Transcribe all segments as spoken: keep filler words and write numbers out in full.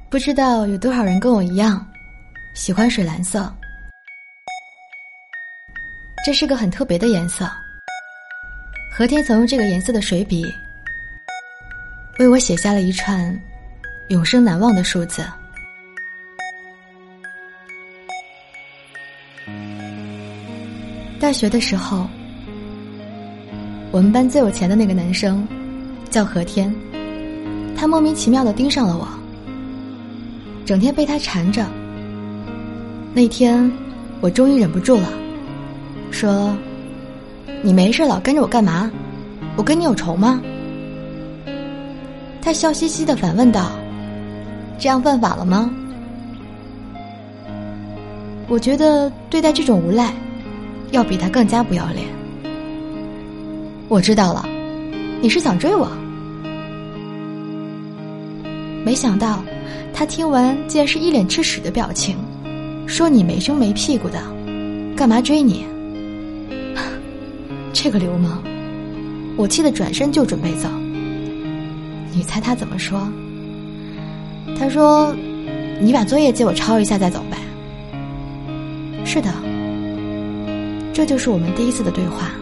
不知道有多少人跟我一样喜欢水蓝色，这是个很特别的颜色。何天曾用这个颜色的水笔为我写下了一串永生难忘的数字。大学的时候，我们班最有钱的那个男生叫何天，他莫名其妙地盯上了我，整天被他缠着。那天我终于忍不住了，说：你没事老跟着我干嘛？我跟你有仇吗？他笑嘻嘻地反问道：这样犯法了吗？我觉得对待这种无赖要比他更加不要脸。我知道了，你是想追我。没想到他听完竟然是一脸吃屎的表情，说你没胸没屁股的，干嘛追你？这个流氓，我气得转身就准备走。你猜他怎么说？他说：你把作业借我抄一下再走呗。是的，这就是我们第一次的对话。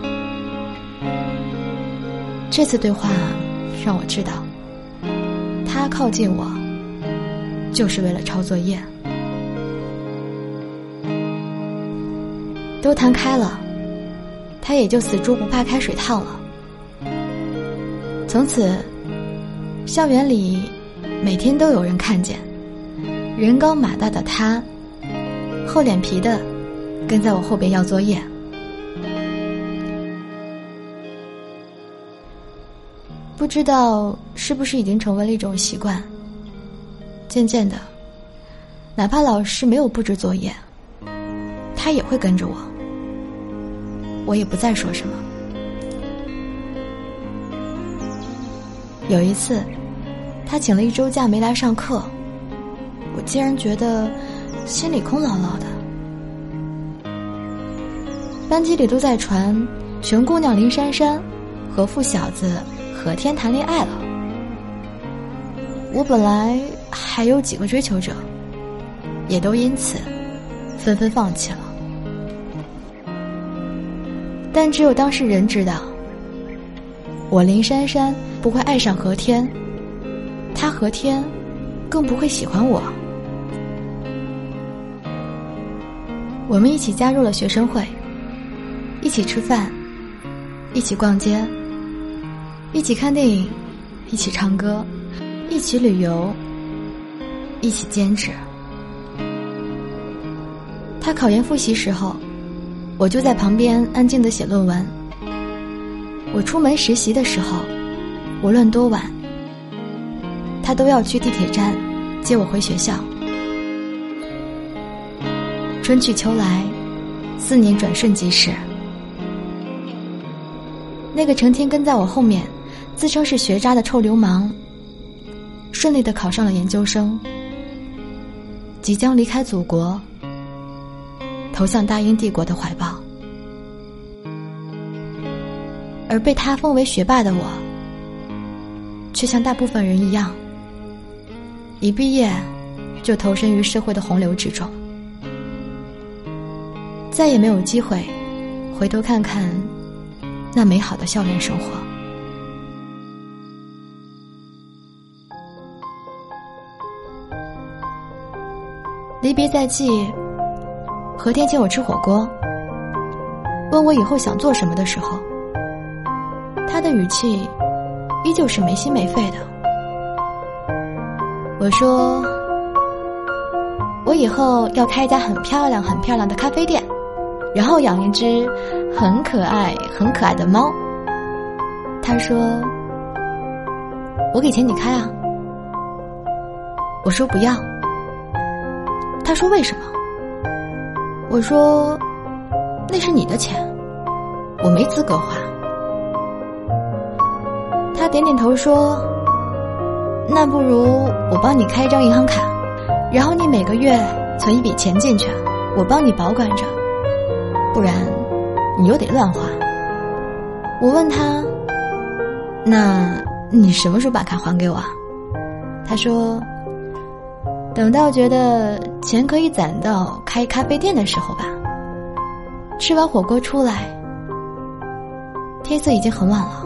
这次对话让我知道，他靠近我就是为了抄作业。都谈开了，他也就死猪不怕开水烫了。从此校园里每天都有人看见人高马大的他厚脸皮的跟在我后边要作业。不知道是不是已经成为了一种习惯，渐渐的哪怕老师没有布置作业，他也会跟着我，我也不再说什么。有一次他请了一周假没来上课，我竟然觉得心里空落落的。班级里都在传熊姑娘林珊珊和富小子何天谈恋爱了，我本来还有几个追求者，也都因此纷纷放弃了。但只有当事人知道，我林珊珊不会爱上何天，他何天更不会喜欢我。我们一起加入了学生会，一起吃饭，一起逛街，一起看电影，一起唱歌，一起旅游，一起兼职。他考研复习时候，我就在旁边安静地写论文。我出门实习的时候，无论多晚，他都要去地铁站接我回学校。春去秋来，四年转瞬即逝。那个成天跟在我后面自称是学渣的臭流氓，顺利地考上了研究生，即将离开祖国，投向大英帝国的怀抱。而被他封为学霸的我，却像大部分人一样，一毕业就投身于社会的洪流之中，再也没有机会回头看看那美好的校园生活。离别在即，何天请我吃火锅，问我以后想做什么的时候，他的语气依旧是没心没肺的。我说，我以后要开一家很漂亮很漂亮的咖啡店，然后养一只很可爱很可爱的猫。他说，我给钱你开啊。我说不要。他说为什么？我说那是你的钱，我没资格花。他点点头说，那不如我帮你开一张银行卡，然后你每个月存一笔钱进去，我帮你保管着，不然你又得乱花。我问他，那你什么时候把卡还给我啊？他说， 等到觉得钱可以攒到开咖啡店的时候吧，吃完火锅出来，天色已经很晚了。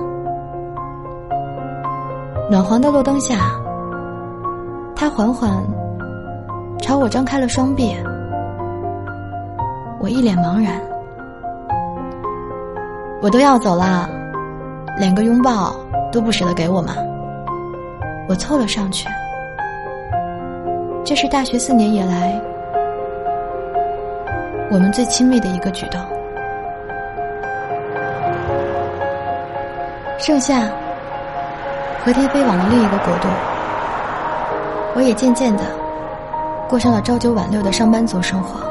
暖黄的路灯下，他缓缓朝我张开了双臂，我一脸茫然。我都要走啦，连个拥抱都不舍得给我吗？我凑了上去，这是大学四年以来我们最亲密的一个举动。盛夏，和天飞往了另一个国度，我也渐渐的过上了朝九晚六的上班族生活。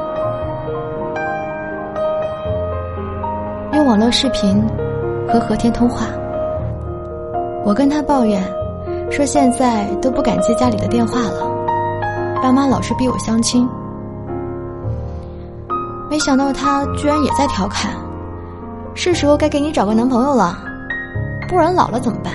用网络视频和和天通话，我跟他抱怨说现在都不敢接家里的电话了，爸妈老是逼我相亲。没想到他居然也在调侃，是时候该给你找个男朋友了，不然老了怎么办？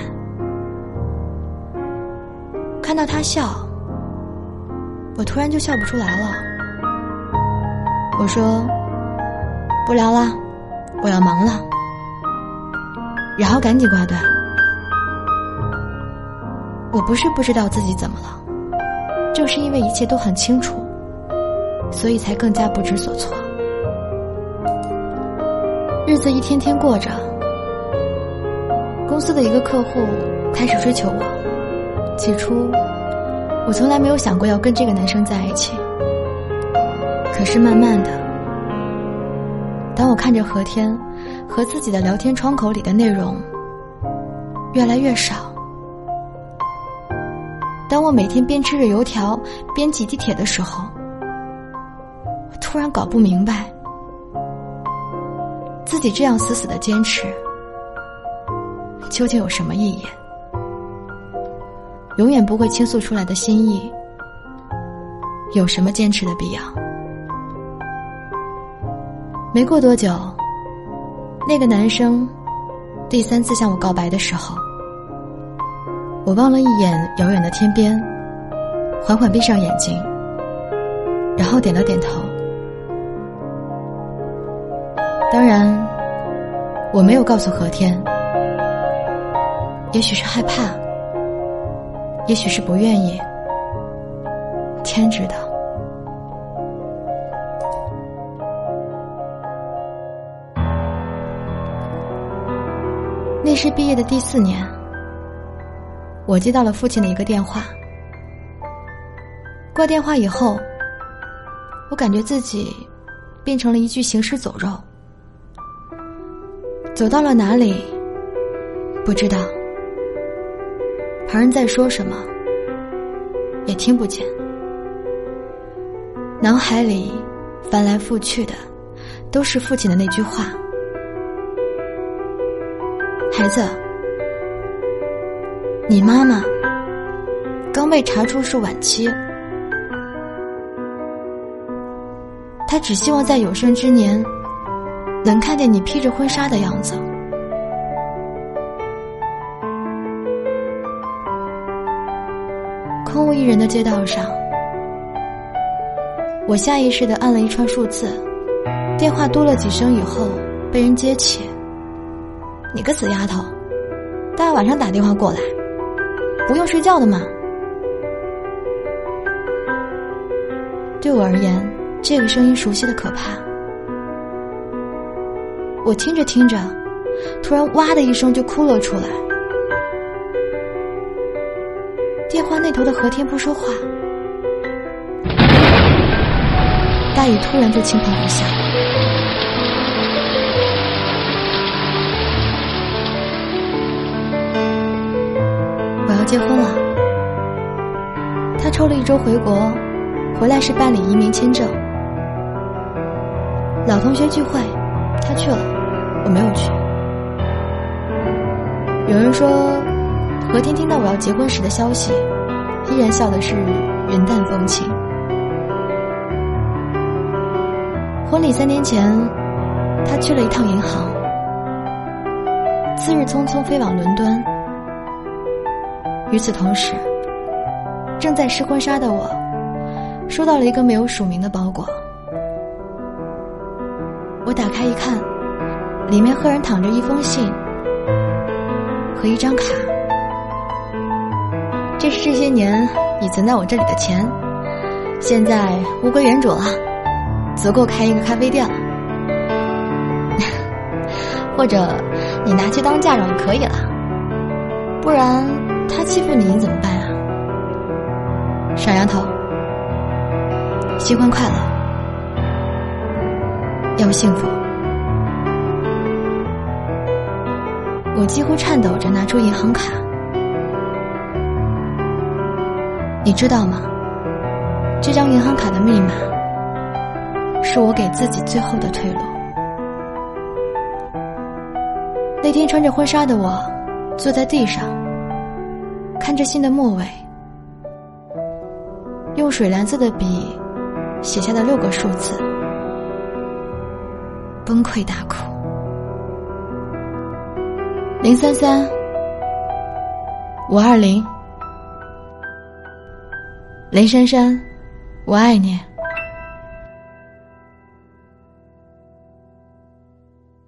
看到他笑，我突然就笑不出来了。我说不聊了，我要忙了，然后赶紧挂断。我不是不知道自己怎么了，就是因为一切都很清楚，所以才更加不知所措。日子一天天过着，公司的一个客户开始追求我。起初我从来没有想过要跟这个男生在一起，可是慢慢的，当我看着和天和自己的聊天窗口里的内容越来越少，当我每天边吃着油条边挤地铁的时候，我突然搞不明白，自己这样死死的坚持究竟有什么意义？永远不会倾诉出来的心意，有什么坚持的必要？没过多久，那个男生第三次向我告白的时候，我望了一眼遥远的天边，缓缓闭上眼睛，然后点了点头。当然我没有告诉和天，也许是害怕，也许是不愿意，天知道。那是毕业的第四年，我接到了父亲的一个电话。挂电话以后，我感觉自己变成了一具行尸走肉，走到了哪里不知道，旁人在说什么也听不见，脑海里翻来覆去的都是父亲的那句话：孩子，你妈妈刚被查出是晚期，她只希望在有生之年能看见你披着婚纱的样子。空无一人的街道上，我下意识地按了一串数字，电话嘟了几声以后被人接起。你个死丫头，大晚上打电话过来，不用睡觉的吗？对我而言，这个声音熟悉的可怕。我听着听着，突然哇的一声就哭了出来。电话那头的和天不说话，大雨突然就倾盆而下。我要结婚了。他抽了一周回国，回来是办理移民签证。老同学聚会，他去了，我没有去。有人说，和天听到我要结婚时的消息，依然笑的是云淡风轻。婚礼三年前，他去了一趟银行，次日匆匆飞往伦敦。与此同时，正在试婚纱的我收到了一个没有署名的包裹。我打开一看，里面赫然躺着一封信和一张卡。这是这些年你存在我这里的钱，现在物归原主了，足够开一个咖啡店了。或者你拿去当嫁妆也可以了，不然他欺负你你怎么办啊？小丫头，新婚快乐，要幸福。我几乎颤抖着拿出银行卡，你知道吗？这张银行卡的密码是我给自己最后的退路。那天穿着婚纱的我坐在地上，看着信的末尾，用水蓝色的笔写下的六个数字，崩溃大哭。零三三五二零，林珊珊，我爱你。